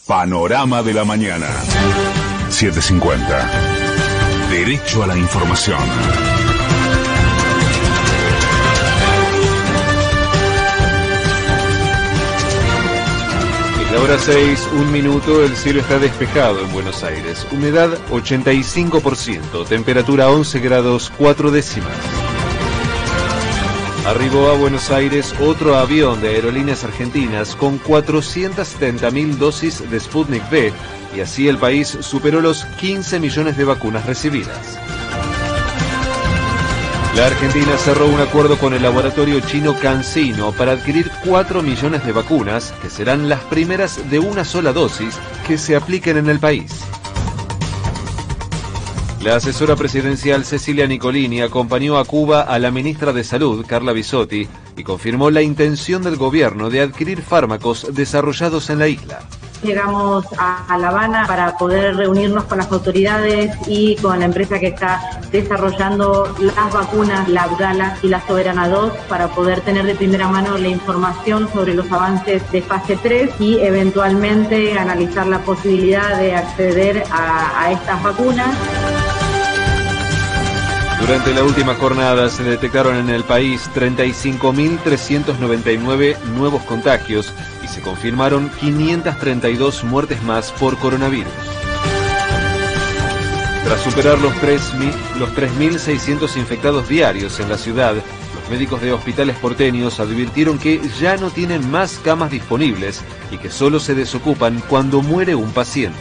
Panorama de la mañana. 7:50. Derecho a la información. Es la hora 6, 1 minuto, el cielo está despejado en Buenos Aires. Humedad 85%, temperatura 11 grados 4 décimas. Arribó a Buenos Aires otro avión de Aerolíneas Argentinas con 470.000 dosis de Sputnik V y así el país superó los 15 millones de vacunas recibidas. La Argentina cerró un acuerdo con el laboratorio chino CanSino para adquirir 4 millones de vacunas, que serán las primeras de una sola dosis que se apliquen en el país. La asesora presidencial Cecilia Nicolini acompañó a Cuba a la ministra de Salud, Carla Bisotti, y confirmó la intención del gobierno de adquirir fármacos desarrollados en la isla. Llegamos a La Habana para poder reunirnos con las autoridades y con la empresa que está desarrollando las vacunas, la Abdala y la Soberana 2, para poder tener de primera mano la información sobre los avances de fase 3 y eventualmente analizar la posibilidad de acceder a estas vacunas. Durante la última jornada se detectaron en el país 35.399 nuevos contagios y se confirmaron 532 muertes más por coronavirus. Tras superar los 3.600 infectados diarios en la ciudad, los médicos de hospitales porteños advirtieron que ya no tienen más camas disponibles y que solo se desocupan cuando muere un paciente.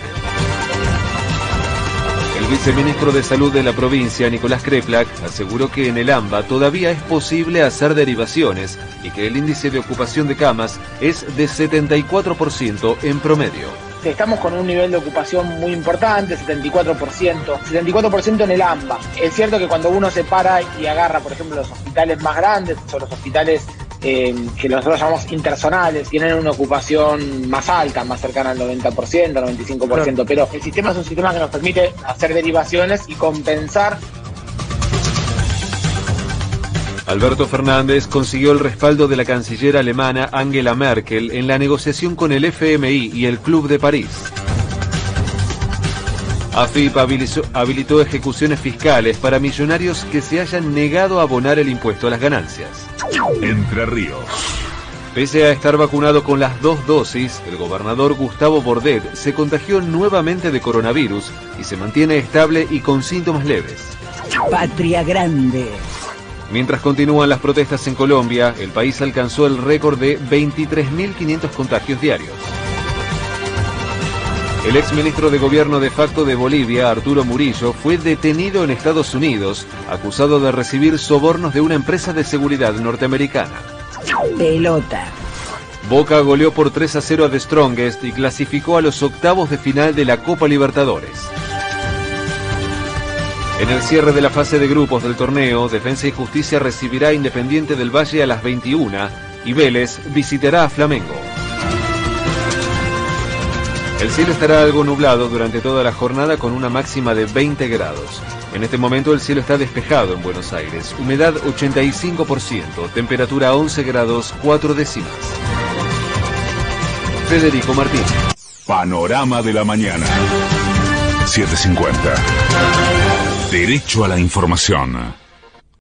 El viceministro de Salud de la provincia, Nicolás Kreplak, aseguró que en el AMBA todavía es posible hacer derivaciones y que el índice de ocupación de camas es de 74% en promedio. Estamos con un nivel de ocupación muy importante, 74% en el AMBA. Es cierto que cuando uno se para y agarra, por ejemplo, los hospitales más grandes o los hospitales que nosotros llamamos interzonales, tienen una ocupación más alta, más cercana al 90%, 95%, pero el sistema es un sistema que nos permite hacer derivaciones y compensar. Alberto Fernández consiguió el respaldo de la canciller alemana Angela Merkel en la negociación con el FMI y el Club de París. AFIP habilitó ejecuciones fiscales para millonarios que se hayan negado a abonar el impuesto a las ganancias. Entre Ríos. Pese a estar vacunado con las 2 dosis, el gobernador Gustavo Bordet se contagió nuevamente de coronavirus y se mantiene estable y con síntomas leves. Patria Grande. Mientras continúan las protestas en Colombia, el país alcanzó el récord de 23.500 contagios diarios. El exministro de Gobierno de facto de Bolivia, Arturo Murillo, fue detenido en Estados Unidos, acusado de recibir sobornos de una empresa de seguridad norteamericana. Pelota. Boca goleó por 3-0 a The Strongest y clasificó a los octavos de final de la Copa Libertadores. En el cierre de la fase de grupos del torneo, Defensa y Justicia recibirá a Independiente del Valle a las 21 y Vélez visitará a Flamengo. El cielo estará algo nublado durante toda la jornada con una máxima de 20 grados. En este momento el cielo está despejado en Buenos Aires. Humedad 85%, temperatura 11 grados 4 décimas. Federico Martín. Panorama de la mañana. 7:50. Derecho a la información.